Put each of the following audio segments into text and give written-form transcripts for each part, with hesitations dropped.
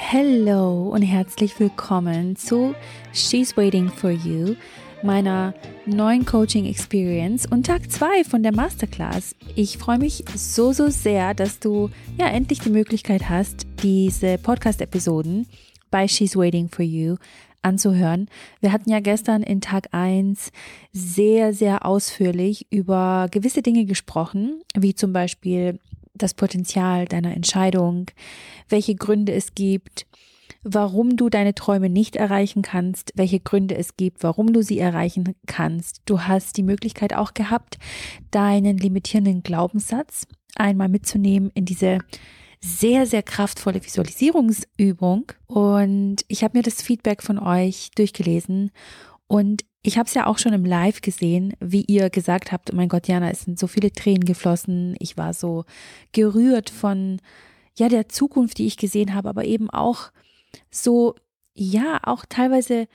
Hello und herzlich willkommen zu She's Waiting for You, meiner neuen Coaching Experience und Tag 2 von der Masterclass. Ich freue mich so sehr, dass du endlich die Möglichkeit hast, diese Podcast-Episoden bei She's Waiting for You anzuhören. Wir hatten ja gestern in Tag 1 sehr ausführlich über gewisse Dinge gesprochen, wie zum Beispiel das Potenzial deiner Entscheidung, welche Gründe es gibt, warum du deine Träume nicht erreichen kannst, welche Gründe es gibt, warum du sie erreichen kannst. Du hast die Möglichkeit auch gehabt, deinen limitierenden Glaubenssatz einmal mitzunehmen in diese sehr kraftvolle Visualisierungsübung. Und ich habe mir das Feedback von euch durchgelesen und ich habe es ja auch schon im Live gesehen, wie ihr gesagt habt, oh mein Gott, Jana, es sind so viele Tränen geflossen. Ich war so gerührt von der Zukunft, die ich gesehen habe, aber eben auch so, auch teilweise,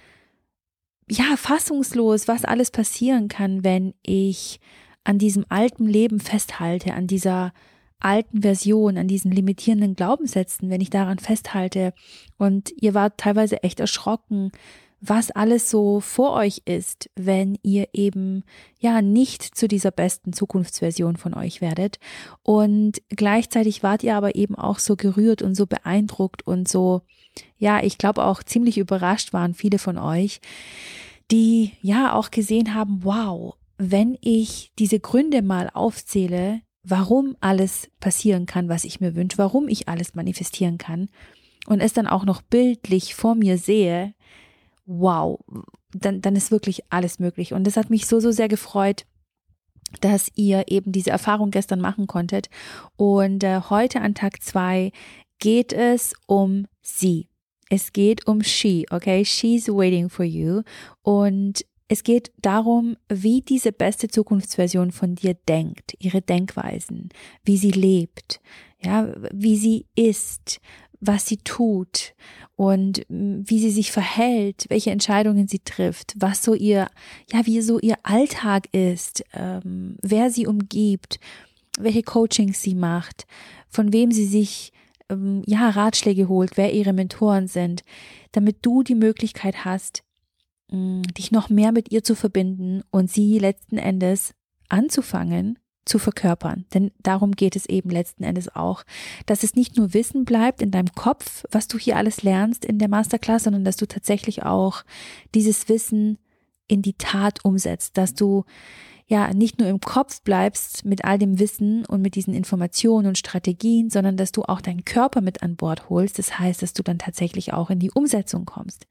fassungslos, was alles passieren kann, wenn ich an diesem alten Leben festhalte, an dieser alten Version, an diesen limitierenden Glaubenssätzen, wenn ich daran festhalte. Und ihr wart teilweise echt erschrocken, was alles so vor euch ist, wenn ihr eben nicht zu dieser besten Zukunftsversion von euch werdet. Und gleichzeitig wart ihr aber eben auch so gerührt und so beeindruckt und so, ich glaube auch ziemlich überrascht waren viele von euch, die auch gesehen haben, wow, wenn ich diese Gründe mal aufzähle, warum alles passieren kann, was ich mir wünsche, warum ich alles manifestieren kann und es dann auch noch bildlich vor mir sehe, wow, dann ist wirklich alles möglich. Und das hat mich so sehr gefreut, dass ihr eben diese Erfahrung gestern machen konntet. Und heute an Tag 2 geht es um sie. Es geht um she, okay? She's waiting for you. Und es geht darum, wie diese beste Zukunftsversion von dir denkt, ihre Denkweisen, wie sie lebt, wie sie ist, was sie tut und wie sie sich verhält, welche Entscheidungen sie trifft, was so wie so ihr Alltag ist, wer sie umgibt, welche Coachings sie macht, von wem sie sich Ratschläge holt, wer ihre Mentoren sind, damit du die Möglichkeit hast, dich noch mehr mit ihr zu verbinden und sie letzten Endes anzufangen zu verkörpern. Denn darum geht es eben letzten Endes auch, dass es nicht nur Wissen bleibt in deinem Kopf, was du hier alles lernst in der Masterclass, sondern dass du tatsächlich auch dieses Wissen in die Tat umsetzt, dass du nicht nur im Kopf bleibst mit all dem Wissen und mit diesen Informationen und Strategien, sondern dass du auch deinen Körper mit an Bord holst. Das heißt, dass du dann tatsächlich auch in die Umsetzung kommst.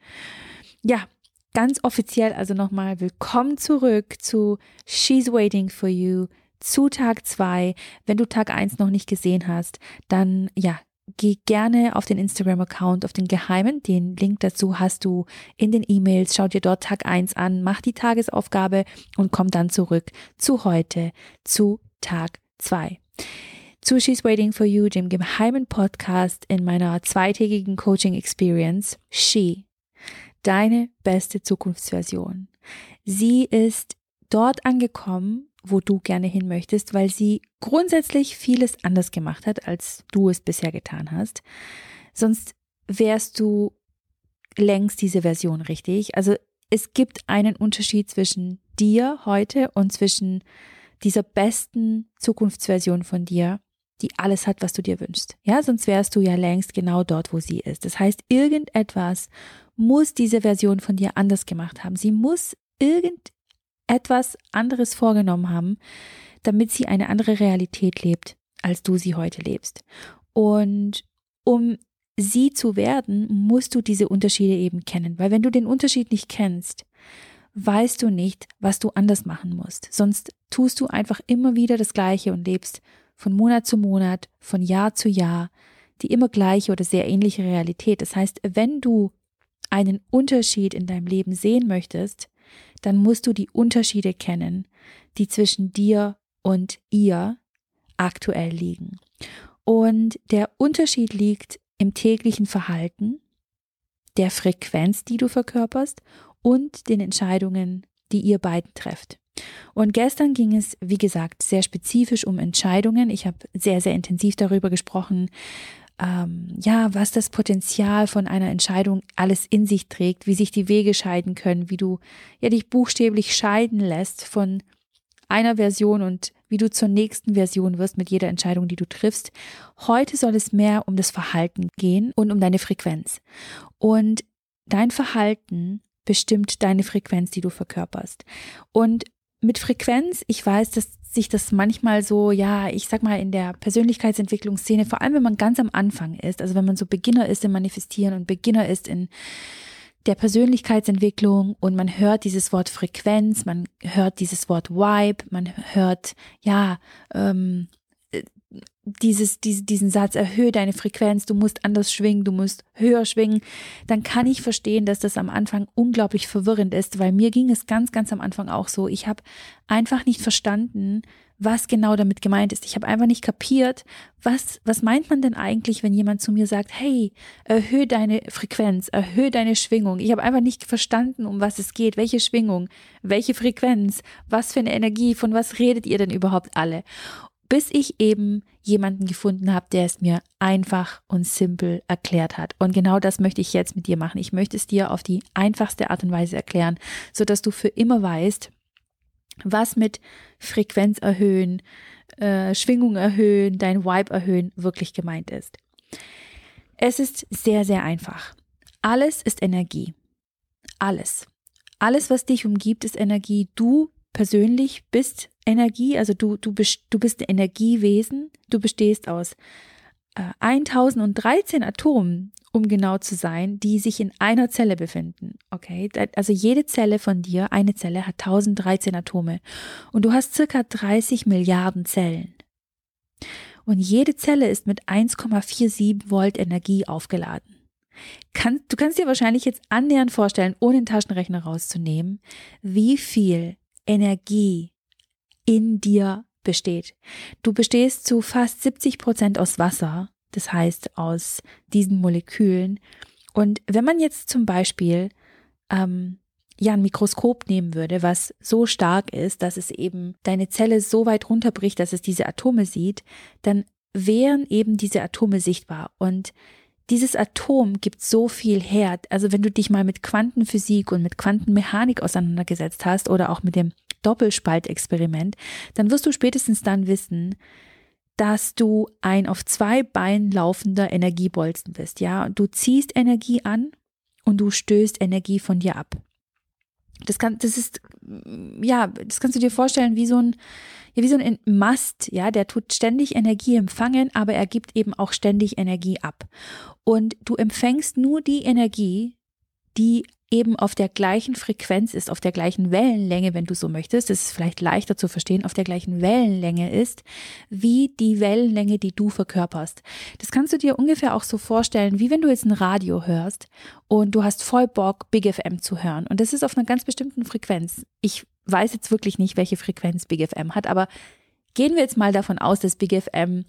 Ganz offiziell also nochmal willkommen zurück zu She's Waiting for You, zu Tag 2. Wenn du Tag 1 noch nicht gesehen hast, dann geh gerne auf den Instagram-Account, auf den geheimen. Den Link dazu hast du in den E-Mails. Schau dir dort Tag 1 an, mach die Tagesaufgabe und komm dann zurück zu heute, zu Tag 2. Zu She's Waiting for You, dem geheimen Podcast in meiner zweitägigen Coaching-Experience. She, deine beste Zukunftsversion. Sie ist dort angekommen, wo du gerne hin möchtest, weil sie grundsätzlich vieles anders gemacht hat, als du es bisher getan hast. Sonst wärst du längst diese Version, richtig? Also es gibt einen Unterschied zwischen dir heute und zwischen dieser besten Zukunftsversion von dir, die alles hat, was du dir wünschst. Sonst wärst du ja längst genau dort, wo sie ist. Das heißt, irgendetwas muss diese Version von dir anders gemacht haben. Sie muss irgendetwas anderes vorgenommen haben, damit sie eine andere Realität lebt, als du sie heute lebst. Und um sie zu werden, musst du diese Unterschiede eben kennen. Weil wenn du den Unterschied nicht kennst, weißt du nicht, was du anders machen musst. Sonst tust du einfach immer wieder das Gleiche und lebst von Monat zu Monat, von Jahr zu Jahr, die immer gleiche oder sehr ähnliche Realität. Das heißt, wenn du einen Unterschied in deinem Leben sehen möchtest, dann musst du die Unterschiede kennen, die zwischen dir und ihr aktuell liegen. Und der Unterschied liegt im täglichen Verhalten, der Frequenz, die du verkörperst und den Entscheidungen, die ihr beiden trefft. Und gestern ging es, wie gesagt, sehr spezifisch um Entscheidungen. Ich habe sehr intensiv darüber gesprochen, was das Potenzial von einer Entscheidung alles in sich trägt, wie sich die Wege scheiden können, wie du dich buchstäblich scheiden lässt von einer Version und wie du zur nächsten Version wirst mit jeder Entscheidung, die du triffst. Heute soll es mehr um das Verhalten gehen und um deine Frequenz. Und dein Verhalten bestimmt deine Frequenz, die du verkörperst. Und mit Frequenz, ich weiß, dass sich das manchmal so, ich sag mal in der Persönlichkeitsentwicklungsszene, vor allem wenn man ganz am Anfang ist, also wenn man so Beginner ist im Manifestieren und Beginner ist in der Persönlichkeitsentwicklung und man hört dieses Wort Frequenz, man hört dieses Wort Vibe, man hört, diesen Satz, erhöhe deine Frequenz, du musst anders schwingen, du musst höher schwingen, dann kann ich verstehen, dass das am Anfang unglaublich verwirrend ist, weil mir ging es ganz, ganz am Anfang auch so. Ich habe einfach nicht verstanden, was genau damit gemeint ist. Ich habe einfach nicht kapiert, was meint man denn eigentlich, wenn jemand zu mir sagt, hey, erhöhe deine Frequenz, erhöhe deine Schwingung. Ich habe einfach nicht verstanden, um was es geht, welche Schwingung, welche Frequenz, was für eine Energie, von was redet ihr denn überhaupt alle? Bis ich eben jemanden gefunden habe, der es mir einfach und simpel erklärt hat. Und genau das möchte ich jetzt mit dir machen. Ich möchte es dir auf die einfachste Art und Weise erklären, sodass du für immer weißt, was mit Frequenz erhöhen, Schwingung erhöhen, dein Vibe erhöhen wirklich gemeint ist. Es ist sehr, sehr einfach. Alles ist Energie. Alles. Alles, was dich umgibt, ist Energie. Du persönlich bist Energie, also du bist Energiewesen. Du bestehst aus 1013 Atomen, um genau zu sein, die sich in einer Zelle befinden. Okay, also jede Zelle von dir, eine Zelle hat 1013 Atome und du hast circa 30 Milliarden Zellen. Und jede Zelle ist mit 1,47 Volt Energie aufgeladen. Du kannst dir wahrscheinlich jetzt annähernd vorstellen, ohne den Taschenrechner rauszunehmen, wie viel Energie in dir besteht. Du bestehst zu fast 70% aus Wasser, das heißt aus diesen Molekülen. Und wenn man jetzt zum Beispiel ein Mikroskop nehmen würde, was so stark ist, dass es eben deine Zelle so weit runterbricht, dass es diese Atome sieht, dann wären eben diese Atome sichtbar. Und dieses Atom gibt so viel her. Also wenn du dich mal mit Quantenphysik und mit Quantenmechanik auseinandergesetzt hast oder auch mit dem Doppelspaltexperiment, dann wirst du spätestens dann wissen, dass du ein auf 2 Beinen laufender Energiebolzen bist. Ja, du ziehst Energie an und du stößt Energie von dir ab. Das kannst du dir vorstellen wie so ein Mast, ja, der tut ständig Energie empfangen, aber er gibt eben auch ständig Energie ab. Und du empfängst nur die Energie, die eben auf der gleichen Frequenz ist, auf der gleichen Wellenlänge, wenn du so möchtest, das ist vielleicht leichter zu verstehen, auf der gleichen Wellenlänge ist, wie die Wellenlänge, die du verkörperst. Das kannst du dir ungefähr auch so vorstellen, wie wenn du jetzt ein Radio hörst und du hast voll Bock, Big FM zu hören. Und das ist auf einer ganz bestimmten Frequenz. Ich weiß jetzt wirklich nicht, welche Frequenz Big FM hat, aber gehen wir jetzt mal davon aus, dass Big FM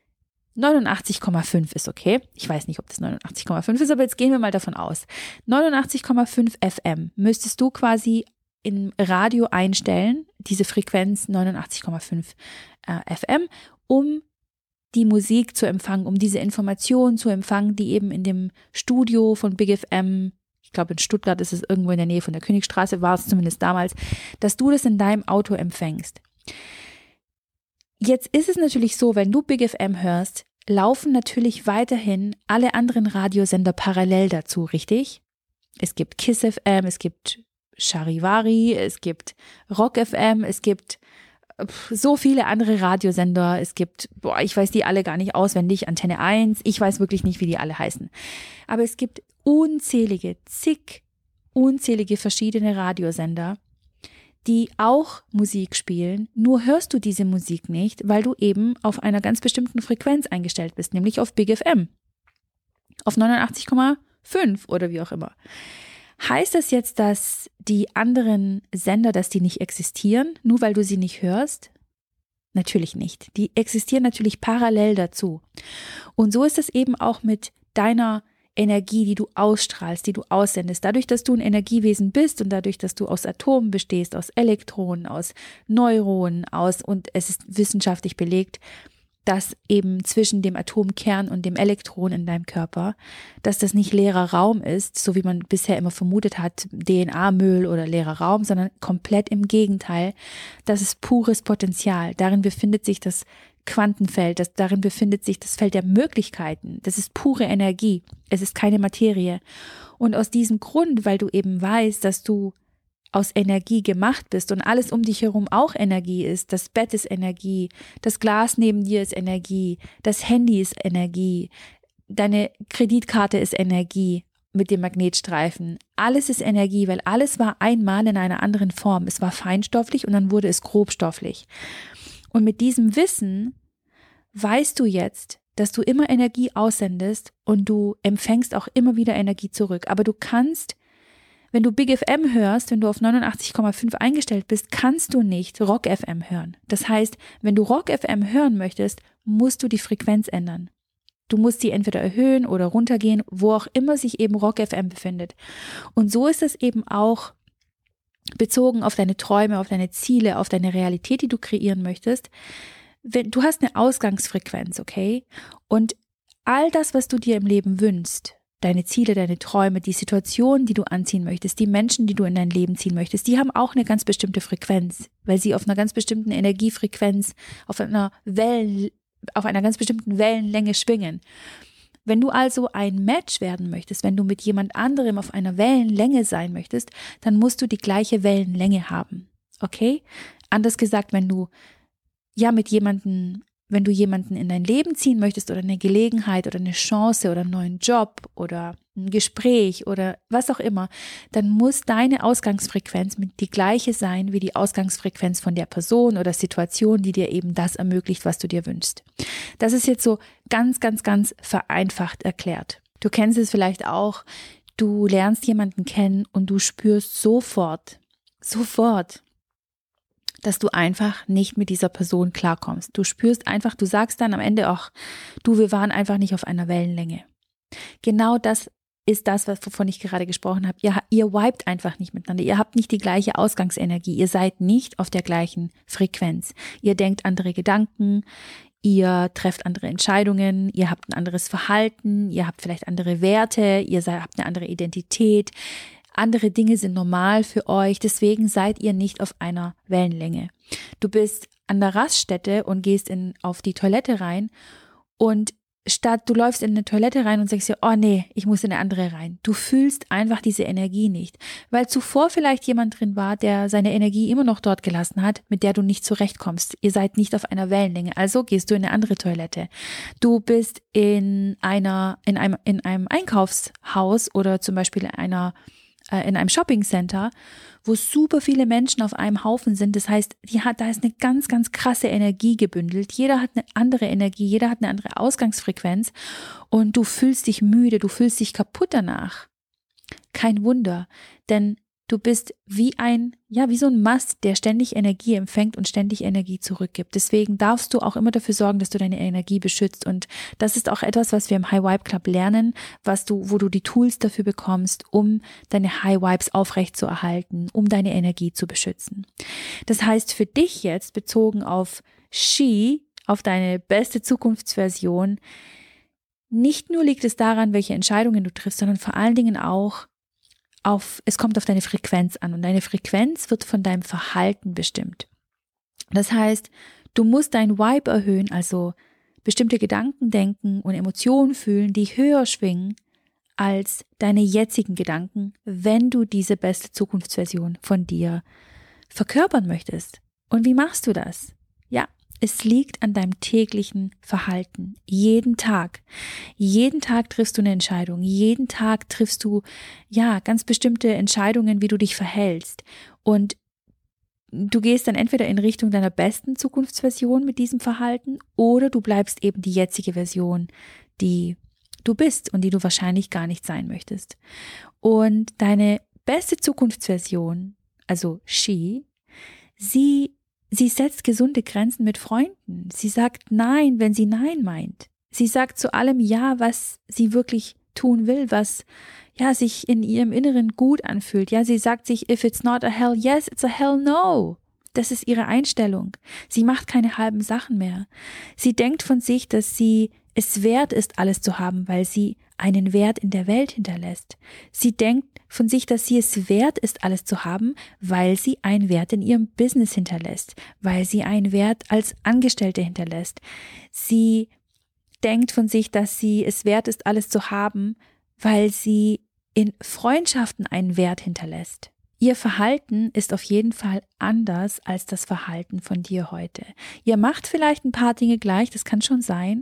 89,5 ist, okay? Ich weiß nicht, ob das 89,5 ist, aber jetzt gehen wir mal davon aus. 89,5 FM müsstest du quasi im Radio einstellen, diese Frequenz 89,5 FM, um die Musik zu empfangen, um diese Informationen zu empfangen, die eben in dem Studio von Big FM, ich glaube in Stuttgart ist es irgendwo in der Nähe von der Königstraße, war es zumindest damals, dass du das in deinem Auto empfängst. Jetzt ist es natürlich so, wenn du Big FM hörst, laufen natürlich weiterhin alle anderen Radiosender parallel dazu, richtig? Es gibt Kiss FM, es gibt Charivari, es gibt Rock FM, es gibt so viele andere Radiosender, es gibt, ich weiß die alle gar nicht auswendig, Antenne 1, ich weiß wirklich nicht, wie die alle heißen. Aber es gibt unzählige verschiedene Radiosender, die auch Musik spielen, nur hörst du diese Musik nicht, weil du eben auf einer ganz bestimmten Frequenz eingestellt bist, nämlich auf Big FM, auf 89,5 oder wie auch immer. Heißt das jetzt, dass die anderen Sender, dass die nicht existieren, nur weil du sie nicht hörst? Natürlich nicht. Die existieren natürlich parallel dazu. Und so ist es eben auch mit deiner Energie, die du ausstrahlst, die du aussendest. Dadurch, dass du ein Energiewesen bist und dadurch, dass du aus Atomen bestehst, aus Elektronen, aus Neuronen, und es ist wissenschaftlich belegt, dass eben zwischen dem Atomkern und dem Elektron in deinem Körper, dass das nicht leerer Raum ist, so wie man bisher immer vermutet hat, DNA-Müll oder leerer Raum, sondern komplett im Gegenteil. Das ist pures Potenzial. Darin befindet sich das Quantenfeld, darin befindet sich das Feld der Möglichkeiten. Das ist pure Energie. Es ist keine Materie. Und aus diesem Grund, weil du eben weißt, dass du aus Energie gemacht bist und alles um dich herum auch Energie ist, das Bett ist Energie, das Glas neben dir ist Energie, das Handy ist Energie, deine Kreditkarte ist Energie mit dem Magnetstreifen. Alles ist Energie, weil alles war einmal in einer anderen Form. Es war feinstofflich und dann wurde es grobstofflich. Und mit diesem Wissen weißt du jetzt, dass du immer Energie aussendest und du empfängst auch immer wieder Energie zurück. Aber du kannst, wenn du Big FM hörst, wenn du auf 89,5 eingestellt bist, kannst du nicht Rock FM hören. Das heißt, wenn du Rock FM hören möchtest, musst du die Frequenz ändern. Du musst sie entweder erhöhen oder runtergehen, wo auch immer sich eben Rock FM befindet. Und so ist es eben auch bezogen auf deine Träume, auf deine Ziele, auf deine Realität, die du kreieren möchtest. Du hast eine Ausgangsfrequenz, okay? Und all das, was du dir im Leben wünschst, deine Ziele, deine Träume, die Situationen, die du anziehen möchtest, die Menschen, die du in dein Leben ziehen möchtest, die haben auch eine ganz bestimmte Frequenz, weil sie auf einer ganz bestimmten Energiefrequenz, auf einer ganz bestimmten Wellenlänge schwingen. Wenn du also ein Match werden möchtest, wenn du mit jemand anderem auf einer Wellenlänge sein möchtest, dann musst du die gleiche Wellenlänge haben, okay? Anders gesagt, wenn du jemanden in dein Leben ziehen möchtest oder eine Gelegenheit oder eine Chance oder einen neuen Job oder ein Gespräch oder was auch immer, dann muss deine Ausgangsfrequenz die gleiche sein wie die Ausgangsfrequenz von der Person oder Situation, die dir eben das ermöglicht, was du dir wünschst. Das ist jetzt so ganz, ganz, ganz vereinfacht erklärt. Du kennst es vielleicht auch, du lernst jemanden kennen und du spürst sofort, dass du einfach nicht mit dieser Person klarkommst. Du spürst einfach, du sagst dann am Ende auch, wir waren einfach nicht auf einer Wellenlänge. Genau das ist das, wovon ich gerade gesprochen habe. Ihr vibet einfach nicht miteinander. Ihr habt nicht die gleiche Ausgangsenergie. Ihr seid nicht auf der gleichen Frequenz. Ihr denkt andere Gedanken, ihr trefft andere Entscheidungen, ihr habt ein anderes Verhalten, ihr habt vielleicht andere Werte, habt eine andere Identität. Andere Dinge sind normal für euch, deswegen seid ihr nicht auf einer Wellenlänge. Du bist an der Raststätte und gehst auf die Toilette rein und du läufst in eine Toilette rein und sagst dir, oh nee, ich muss in eine andere rein. Du fühlst einfach diese Energie nicht, weil zuvor vielleicht jemand drin war, der seine Energie immer noch dort gelassen hat, mit der du nicht zurechtkommst. Ihr seid nicht auf einer Wellenlänge, also gehst du in eine andere Toilette. Du bist in einem Einkaufshaus oder zum Beispiel in einem Shoppingcenter, wo super viele Menschen auf einem Haufen sind. Das heißt, da ist eine ganz, ganz krasse Energie gebündelt. Jeder hat eine andere Energie, jeder hat eine andere Ausgangsfrequenz und du fühlst dich müde, du fühlst dich kaputt danach. Kein Wunder, denn du bist wie so ein Mast, der ständig Energie empfängt und ständig Energie zurückgibt. Deswegen darfst du auch immer dafür sorgen, dass du deine Energie beschützt. Und das ist auch etwas, was wir im High Vibe Club lernen, wo du die Tools dafür bekommst, um deine High Vibes aufrechtzuerhalten, um deine Energie zu beschützen. Das heißt für dich jetzt, bezogen auf auf deine beste Zukunftsversion, nicht nur liegt es daran, welche Entscheidungen du triffst, sondern vor allen Dingen auch, es kommt auf deine Frequenz an und deine Frequenz wird von deinem Verhalten bestimmt. Das heißt, du musst dein Vibe erhöhen, also bestimmte Gedanken denken und Emotionen fühlen, die höher schwingen als deine jetzigen Gedanken, wenn du diese beste Zukunftsversion von dir verkörpern möchtest. Und wie machst du das? Ja, es liegt an deinem täglichen Verhalten. Jeden Tag. Jeden Tag triffst du eine Entscheidung. Jeden Tag triffst du, ganz bestimmte Entscheidungen, wie du dich verhältst. Und du gehst dann entweder in Richtung deiner besten Zukunftsversion mit diesem Verhalten oder du bleibst eben die jetzige Version, die du bist und die du wahrscheinlich gar nicht sein möchtest. Und deine beste Zukunftsversion, also Sie setzt gesunde Grenzen mit Freunden. Sie sagt Nein, wenn sie Nein meint. Sie sagt zu allem Ja, was sie wirklich tun will, was sich in ihrem Inneren gut anfühlt. Ja, sie sagt sich, if it's not a hell yes, it's a hell no. Das ist ihre Einstellung. Sie macht keine halben Sachen mehr. Sie denkt von sich, dass sie es wert ist, alles zu haben, weil sie einen Wert in der Welt hinterlässt. Sie denkt von sich, dass sie es wert ist, alles zu haben, weil sie einen Wert in ihrem Business hinterlässt, weil sie einen Wert als Angestellte hinterlässt. Sie denkt von sich, dass sie es wert ist, alles zu haben, weil sie in Freundschaften einen Wert hinterlässt. Ihr Verhalten ist auf jeden Fall anders als das Verhalten von dir heute. Ihr macht vielleicht ein paar Dinge gleich, das kann schon sein.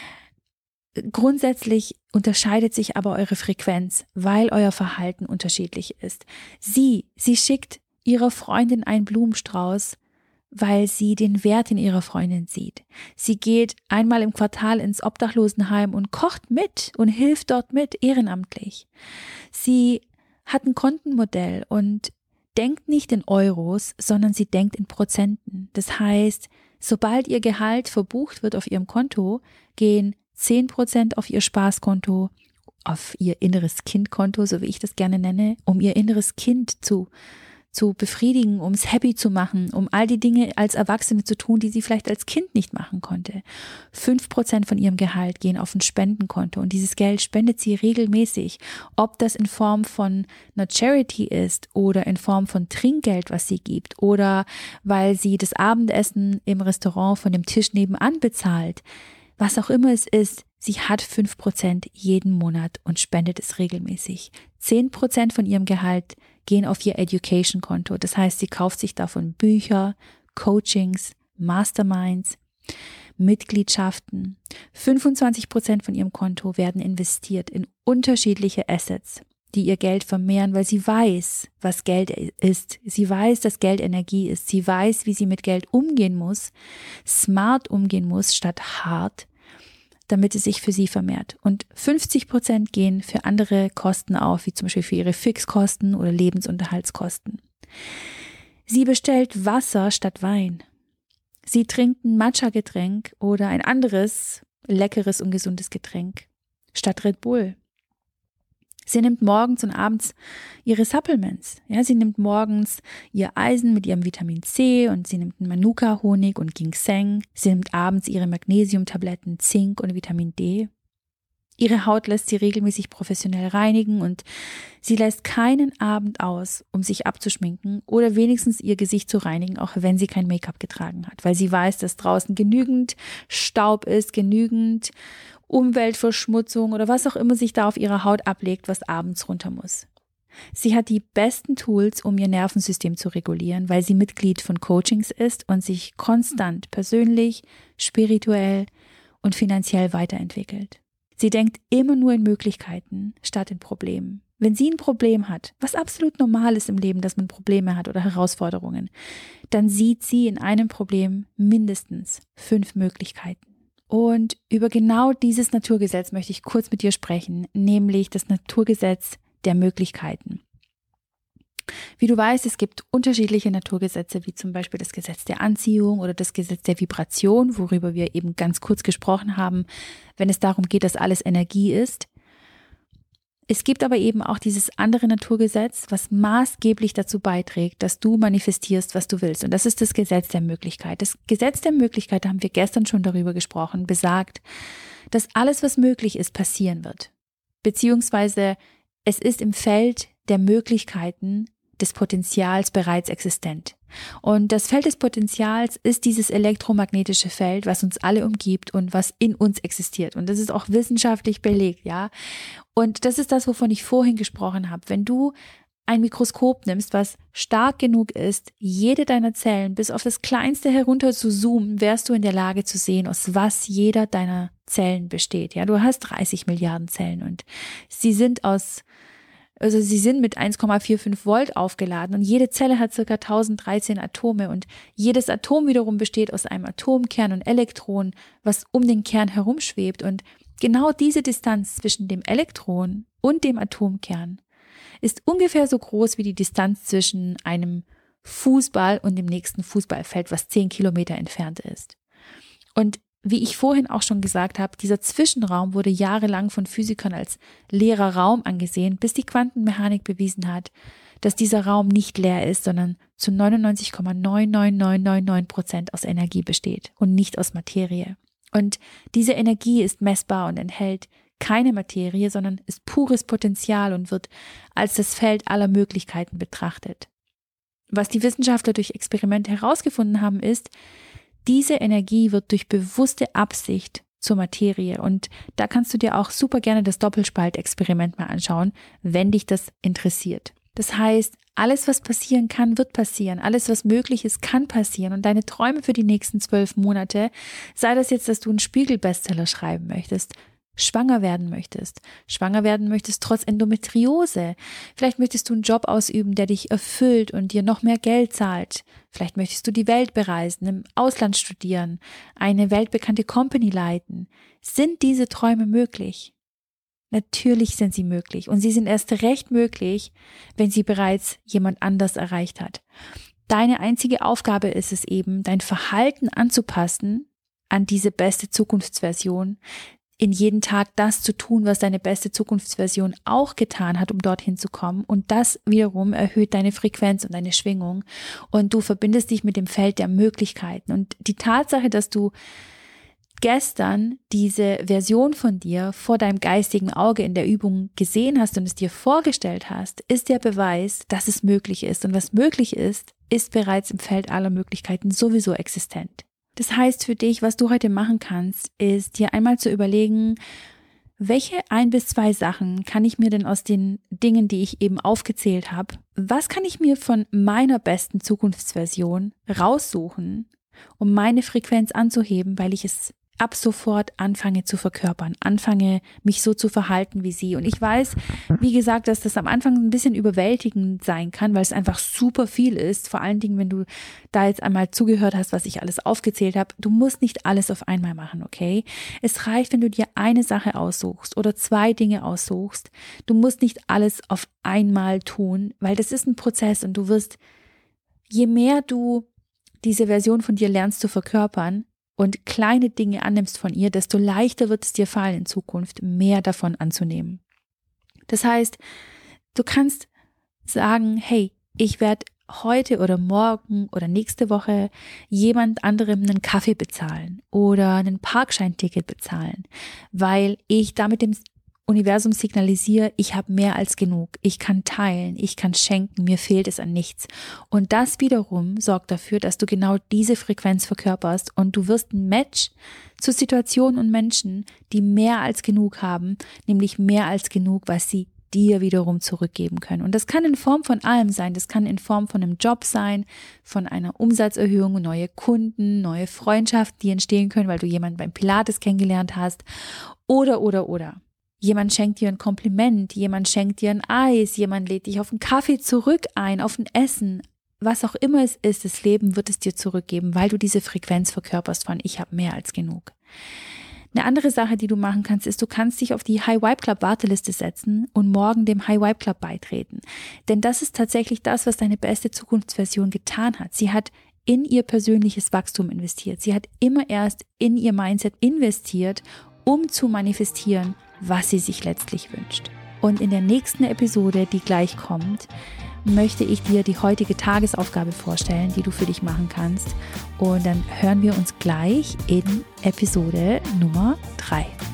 Grundsätzlich unterscheidet sich aber eure Frequenz, weil euer Verhalten unterschiedlich ist. Sie schickt ihrer Freundin einen Blumenstrauß, weil sie den Wert in ihrer Freundin sieht. Sie geht einmal im Quartal ins Obdachlosenheim und kocht mit und hilft dort mit, ehrenamtlich. Sie hat ein Kontenmodell und denkt nicht in Euros, sondern sie denkt in Prozenten. Das heißt, sobald ihr Gehalt verbucht wird auf ihrem Konto, gehen 10% auf ihr Spaßkonto, auf ihr inneres Kindkonto, so wie ich das gerne nenne, um ihr inneres Kind zu befriedigen, um es happy zu machen, um all die Dinge als Erwachsene zu tun, die sie vielleicht als Kind nicht machen konnte. 5% von ihrem Gehalt gehen auf ein Spendenkonto und dieses Geld spendet sie regelmäßig. Ob das in Form von einer Charity ist oder in Form von Trinkgeld, was sie gibt, oder weil sie das Abendessen im Restaurant von dem Tisch nebenan bezahlt. Was auch immer es ist, sie hat 5% jeden Monat und spendet es regelmäßig. 10% von ihrem Gehalt gehen auf ihr Education-Konto. Das heißt, sie kauft sich davon Bücher, Coachings, Masterminds, Mitgliedschaften. 25% von ihrem Konto werden investiert in unterschiedliche Assets, die ihr Geld vermehren, weil sie weiß, was Geld ist. Sie weiß, dass Geld Energie ist. Sie weiß, wie sie mit Geld umgehen muss, smart umgehen muss, statt hart, damit es sich für sie vermehrt. Und 50% gehen für andere Kosten auf, wie zum Beispiel für ihre Fixkosten oder Lebensunterhaltskosten. Sie bestellt Wasser statt Wein. Sie trinkt ein Matcha-Getränk oder ein anderes, leckeres und gesundes Getränk statt Red Bull. Sie nimmt morgens und abends ihre Supplements. Ja, sie nimmt morgens ihr Eisen mit ihrem Vitamin C und sie nimmt Manuka-Honig und Ginseng. Sie nimmt abends ihre Magnesiumtabletten, Zink und Vitamin D. Ihre Haut lässt sie regelmäßig professionell reinigen und sie lässt keinen Abend aus, um sich abzuschminken oder wenigstens ihr Gesicht zu reinigen, auch wenn sie kein Make-up getragen hat, weil sie weiß, dass draußen genügend Staub ist, genügend Umweltverschmutzung oder was auch immer sich da auf ihrer Haut ablegt, was abends runter muss. Sie hat die besten Tools, um ihr Nervensystem zu regulieren, weil sie Mitglied von Coachings ist und sich konstant persönlich, spirituell und finanziell weiterentwickelt. Sie denkt immer nur in Möglichkeiten statt in Problemen. Wenn sie ein Problem hat, was absolut normal ist im Leben, dass man Probleme hat oder Herausforderungen, dann sieht sie in einem Problem mindestens 5 Möglichkeiten. Und über genau dieses Naturgesetz möchte ich kurz mit dir sprechen, nämlich das Naturgesetz der Möglichkeiten. Wie du weißt, es gibt unterschiedliche Naturgesetze, wie zum Beispiel das Gesetz der Anziehung oder das Gesetz der Vibration, worüber wir eben ganz kurz gesprochen haben, wenn es darum geht, dass alles Energie ist. Es gibt aber eben auch dieses andere Naturgesetz, was maßgeblich dazu beiträgt, dass du manifestierst, was du willst. Und das ist das Gesetz der Möglichkeit. Das Gesetz der Möglichkeit, da haben wir gestern schon darüber gesprochen, besagt, dass alles, was möglich ist, passieren wird. Beziehungsweise es ist im Feld der Möglichkeiten des Potenzials bereits existent. Und das Feld des Potenzials ist dieses elektromagnetische Feld, was uns alle umgibt und was in uns existiert. Und das ist auch wissenschaftlich belegt, ja. Und das ist das, wovon ich vorhin gesprochen habe. Wenn du ein Mikroskop nimmst, was stark genug ist, jede deiner Zellen bis auf das Kleinste herunter zu zoomen, wärst du in der Lage zu sehen, aus was jeder deiner Zellen besteht. Ja, du hast 30 Milliarden Zellen und sie sind mit 1,45 Volt aufgeladen und jede Zelle hat ca. 1013 Atome und jedes Atom wiederum besteht aus einem Atomkern und Elektron, was um den Kern herumschwebt, und genau diese Distanz zwischen dem Elektron und dem Atomkern ist ungefähr so groß wie die Distanz zwischen einem Fußball und dem nächsten Fußballfeld, was 10 Kilometer entfernt ist. Und wie ich vorhin auch schon gesagt habe, dieser Zwischenraum wurde jahrelang von Physikern als leerer Raum angesehen, bis die Quantenmechanik bewiesen hat, dass dieser Raum nicht leer ist, sondern zu 99,99999% aus Energie besteht und nicht aus Materie. Und diese Energie ist messbar und enthält keine Materie, sondern ist pures Potenzial und wird als das Feld aller Möglichkeiten betrachtet. Was die Wissenschaftler durch Experimente herausgefunden haben, ist, diese Energie wird durch bewusste Absicht zur Materie. Und da kannst du dir auch super gerne das Doppelspaltexperiment mal anschauen, wenn dich das interessiert. Das heißt, alles, was passieren kann, wird passieren. Alles, was möglich ist, kann passieren. Und deine Träume für die nächsten 12 Monate, sei das jetzt, dass du einen Spiegel-Bestseller schreiben möchtest, schwanger werden möchtest trotz Endometriose. Vielleicht möchtest du einen Job ausüben, der dich erfüllt und dir noch mehr Geld zahlt. Vielleicht möchtest du die Welt bereisen, im Ausland studieren, eine weltbekannte Company leiten. Sind diese Träume möglich? Natürlich sind sie möglich und sie sind erst recht möglich, wenn sie bereits jemand anders erreicht hat. Deine einzige Aufgabe ist es eben, dein Verhalten anzupassen an diese beste Zukunftsversion, in jeden Tag das zu tun, was deine beste Zukunftsversion auch getan hat, um dorthin zu kommen. Und das wiederum erhöht deine Frequenz und deine Schwingung. Und du verbindest dich mit dem Feld der Möglichkeiten. Und die Tatsache, dass du gestern diese Version von dir vor deinem geistigen Auge in der Übung gesehen hast und es dir vorgestellt hast, ist der Beweis, dass es möglich ist. Und was möglich ist, ist bereits im Feld aller Möglichkeiten sowieso existent. Das heißt für dich, was du heute machen kannst, ist dir einmal zu überlegen, welche 1 bis 2 Sachen kann ich mir denn aus den Dingen, die ich eben aufgezählt habe, was kann ich mir von meiner besten Zukunftsversion raussuchen, um meine Frequenz anzuheben, weil ich es ab sofort anfange zu verkörpern, anfange mich so zu verhalten wie sie. Und ich weiß, wie gesagt, dass das am Anfang ein bisschen überwältigend sein kann, weil es einfach super viel ist. Vor allen Dingen, wenn du da jetzt einmal zugehört hast, was ich alles aufgezählt habe. Du musst nicht alles auf einmal machen, okay? Es reicht, wenn du dir eine Sache aussuchst oder 2 Dinge aussuchst. Du musst nicht alles auf einmal tun, weil das ist ein Prozess und du wirst, je mehr du diese Version von dir lernst zu verkörpern, und kleine Dinge annimmst von ihr, desto leichter wird es dir fallen in Zukunft, mehr davon anzunehmen. Das heißt, du kannst sagen, hey, ich werde heute oder morgen oder nächste Woche jemand anderem einen Kaffee bezahlen oder einen Parkscheinticket bezahlen, weil ich damit dem Universum signalisiere, ich habe mehr als genug, ich kann teilen, ich kann schenken, mir fehlt es an nichts. Und das wiederum sorgt dafür, dass du genau diese Frequenz verkörperst und du wirst ein Match zu Situationen und Menschen, die mehr als genug haben, nämlich mehr als genug, was sie dir wiederum zurückgeben können. Und das kann in Form von allem sein, das kann in Form von einem Job sein, von einer Umsatzerhöhung, neue Kunden, neue Freundschaften, die entstehen können, weil du jemanden beim Pilates kennengelernt hast oder. Jemand schenkt dir ein Kompliment, jemand schenkt dir ein Eis, jemand lädt dich auf einen Kaffee zurück ein, auf ein Essen. Was auch immer es ist, das Leben wird es dir zurückgeben, weil du diese Frequenz verkörperst von ich habe mehr als genug. Eine andere Sache, die du machen kannst, ist, du kannst dich auf die High Vibe Club Warteliste setzen und morgen dem High Vibe Club beitreten. Denn das ist tatsächlich das, was deine beste Zukunftsversion getan hat. Sie hat in ihr persönliches Wachstum investiert. Sie hat immer erst in ihr Mindset investiert, um zu manifestieren, was sie sich letztlich wünscht. Und in der nächsten Episode, die gleich kommt, möchte ich dir die heutige Tagesaufgabe vorstellen, die du für dich machen kannst. Und dann hören wir uns gleich in Episode Nummer 3.